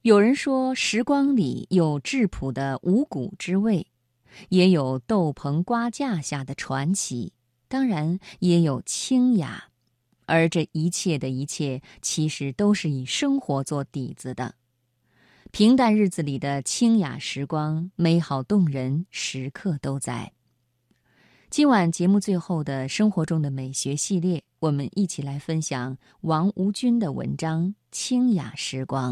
有人说时光里有质朴的五谷之味，也有豆棚瓜架下的传奇，当然也有清雅。而这一切的一切，其实都是以生活做底子的。平淡日子里的清雅时光，美好动人，时刻都在。今晚节目最后的生活中的美学系列，我们一起来分享王吴军的文章《清雅时光》。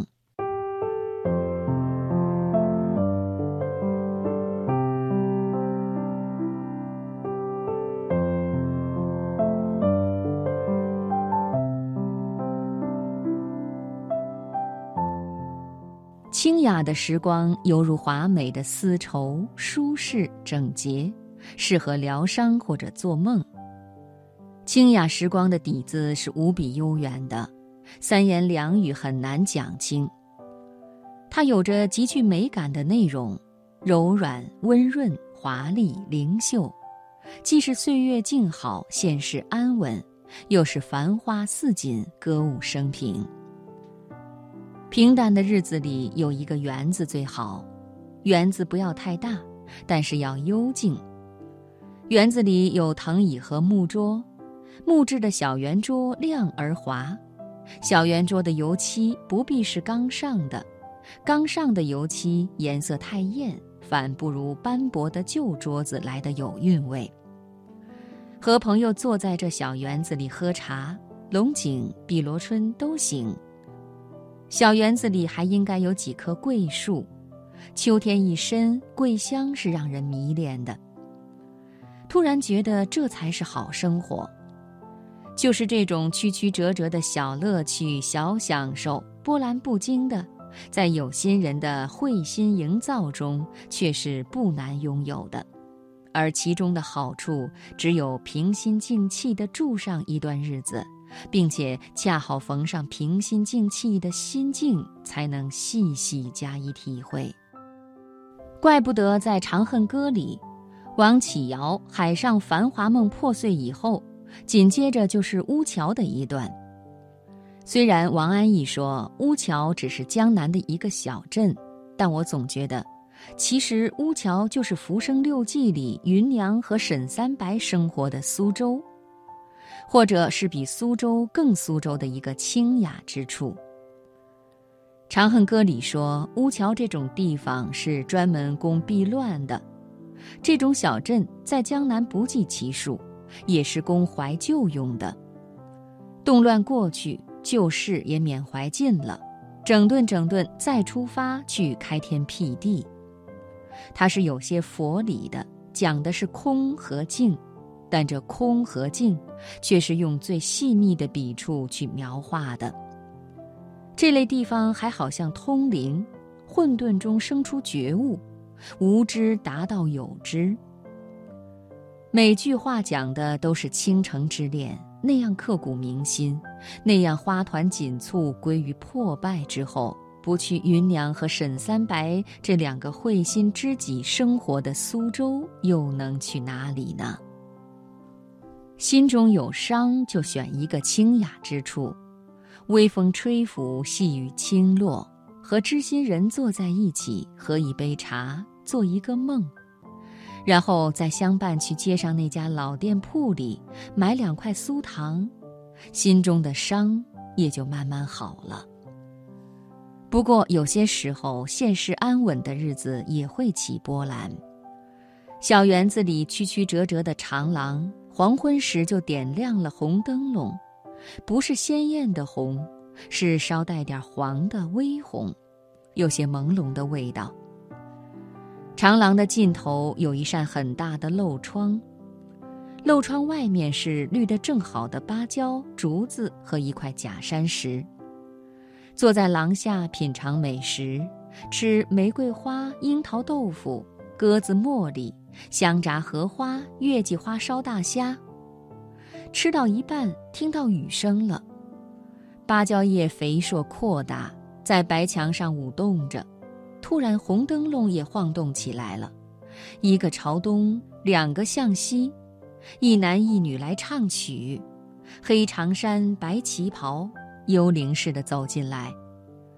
清雅的时光犹如华美的丝绸，舒适整洁，适合疗伤或者做梦。清雅时光的底子是无比悠远的，三言两语很难讲清。它有着极具美感的内容，柔软、温润、华丽、灵秀，既是岁月静好、现世安稳，又是繁花似锦、歌舞升平。平淡的日子里有一个园子最好，园子不要太大，但是要幽静。园子里有藤椅和木桌，木质的小圆桌亮而滑，小圆桌的油漆不必是缸上的，缸上的油漆颜色太艳，反不如斑驳的旧桌子来得有韵味。和朋友坐在这小园子里喝茶，龙井、碧螺春都行。小园子里还应该有几棵桂树，秋天一深，桂香是让人迷恋的。突然觉得这才是好生活，就是这种曲曲折折的小乐趣、小享受，波澜不惊的，在有心人的慧心营造中，却是不难拥有的。而其中的好处，只有平心静气地住上一段日子，并且恰好逢上平心静气的心境，才能细细加以体会。怪不得在《长恨歌》里，王启尧海上繁华梦破碎以后，紧接着就是乌桥的一段。虽然王安忆说乌桥只是江南的一个小镇，但我总觉得其实乌桥就是《浮生六记》里芸娘和沈三白生活的苏州，或者是比苏州更苏州的一个清雅之处。《长恨歌》里说乌桥这种地方是专门供避乱的，这种小镇在江南不计其数，也是供怀旧用的。动乱过去，旧事也缅怀尽了，整顿整顿再出发去开天辟地。它是有些佛理的，讲的是空和静，但这空和静却是用最细密的笔触去描画的。这类地方还好像通灵，混沌中生出觉悟，无知达到有知。每句话讲的都是倾城之恋，那样刻骨铭心，那样花团锦簇归于破败之后，不去芸娘和沈三白这两个慧心知己生活的苏州，又能去哪里呢？心中有伤，就选一个清雅之处，微风吹拂，细雨轻落，和知心人坐在一起，喝一杯茶，做一个梦，然后再相伴去街上那家老店铺里买2块酥糖，心中的伤也就慢慢好了。不过有些时候现实安稳的日子也会起波澜。小园子里曲曲折折的长廊，黄昏时就点亮了红灯笼，不是鲜艳的红，是稍带点黄的微红，有些朦胧的味道。长廊的尽头有一扇很大的漏窗，漏窗外面是绿得正好的芭蕉、竹子和一块假山石。坐在廊下品尝美食，吃玫瑰花、樱桃豆腐、鸽子茉莉、香炸荷花、月季花烧大虾。吃到一半，听到雨声了，芭蕉叶肥硕扩大，在白墙上舞动着。突然红灯笼也晃动起来了，一个朝东，2个向西，一男一女来唱曲，黑长衫白旗袍，幽灵似的走进来。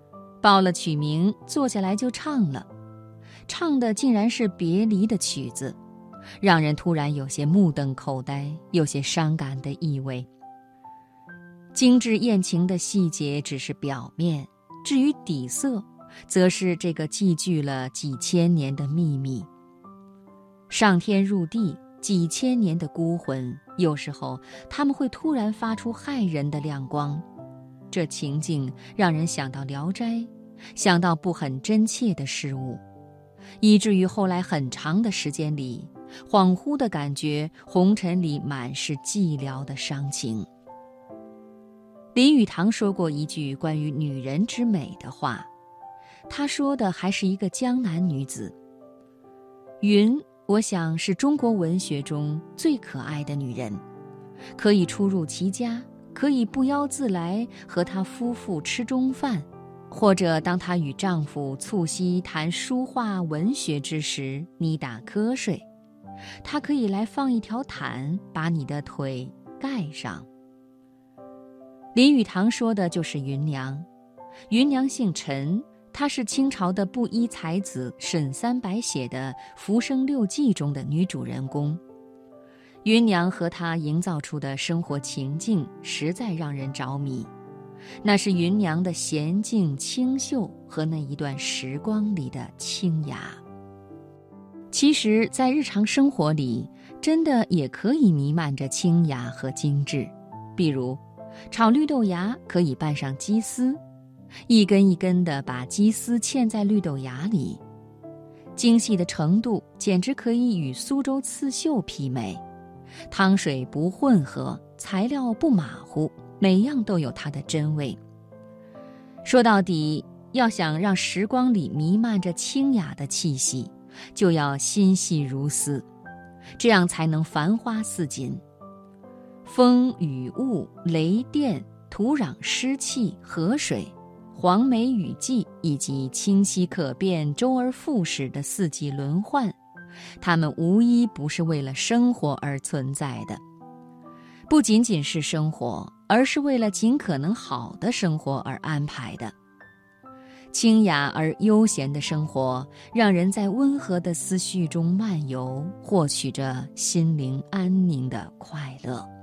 报了曲名，坐下来就唱了，唱的竟然是别离的曲子，让人突然有些目瞪口呆，有些伤感的意味。精致艳情的细节只是表面，至于底色，则是这个寄居了几千年的秘密。上天入地，几千年的孤魂，有时候他们会突然发出骇人的亮光，这情境让人想到《聊斋》，想到不很真切的事物，以至于后来很长的时间里，恍惚地感觉红尘里满是寂寥的伤情。林语堂说过一句关于女人之美的话，他说的还是一个江南女子。云，我想是中国文学中最可爱的女人，可以出入其家，可以不邀自来和她夫妇吃中饭，或者当她与丈夫促膝谈书画文学之时，你打瞌睡，她可以来放一条毯，把你的腿盖上。林语堂说的就是芸娘。芸娘姓陈，她是清朝的布衣才子沈三白写的《浮生六记》中的女主人公。芸娘和她营造出的生活情境实在让人着迷，那是芸娘的娴静清秀和那一段时光里的清雅。其实在日常生活里，真的也可以弥漫着清雅和精致。比如炒绿豆芽可以拌上鸡丝，一根一根地把鸡丝嵌在绿豆芽里，精细的程度简直可以与苏州刺绣媲美。汤水不混合，材料不马虎，每样都有它的真味。说到底，要想让时光里弥漫着清雅的气息，就要心细如丝，这样才能繁花似锦。风雨雾雷电土壤湿气河水黄梅雨季以及清晰可辨周而复始的四季轮换，它们无一不是为了生活而存在的。不仅仅是生活，而是为了尽可能好的生活而安排的。清雅而悠闲的生活，让人在温和的思绪中漫游，获取着心灵安宁的快乐。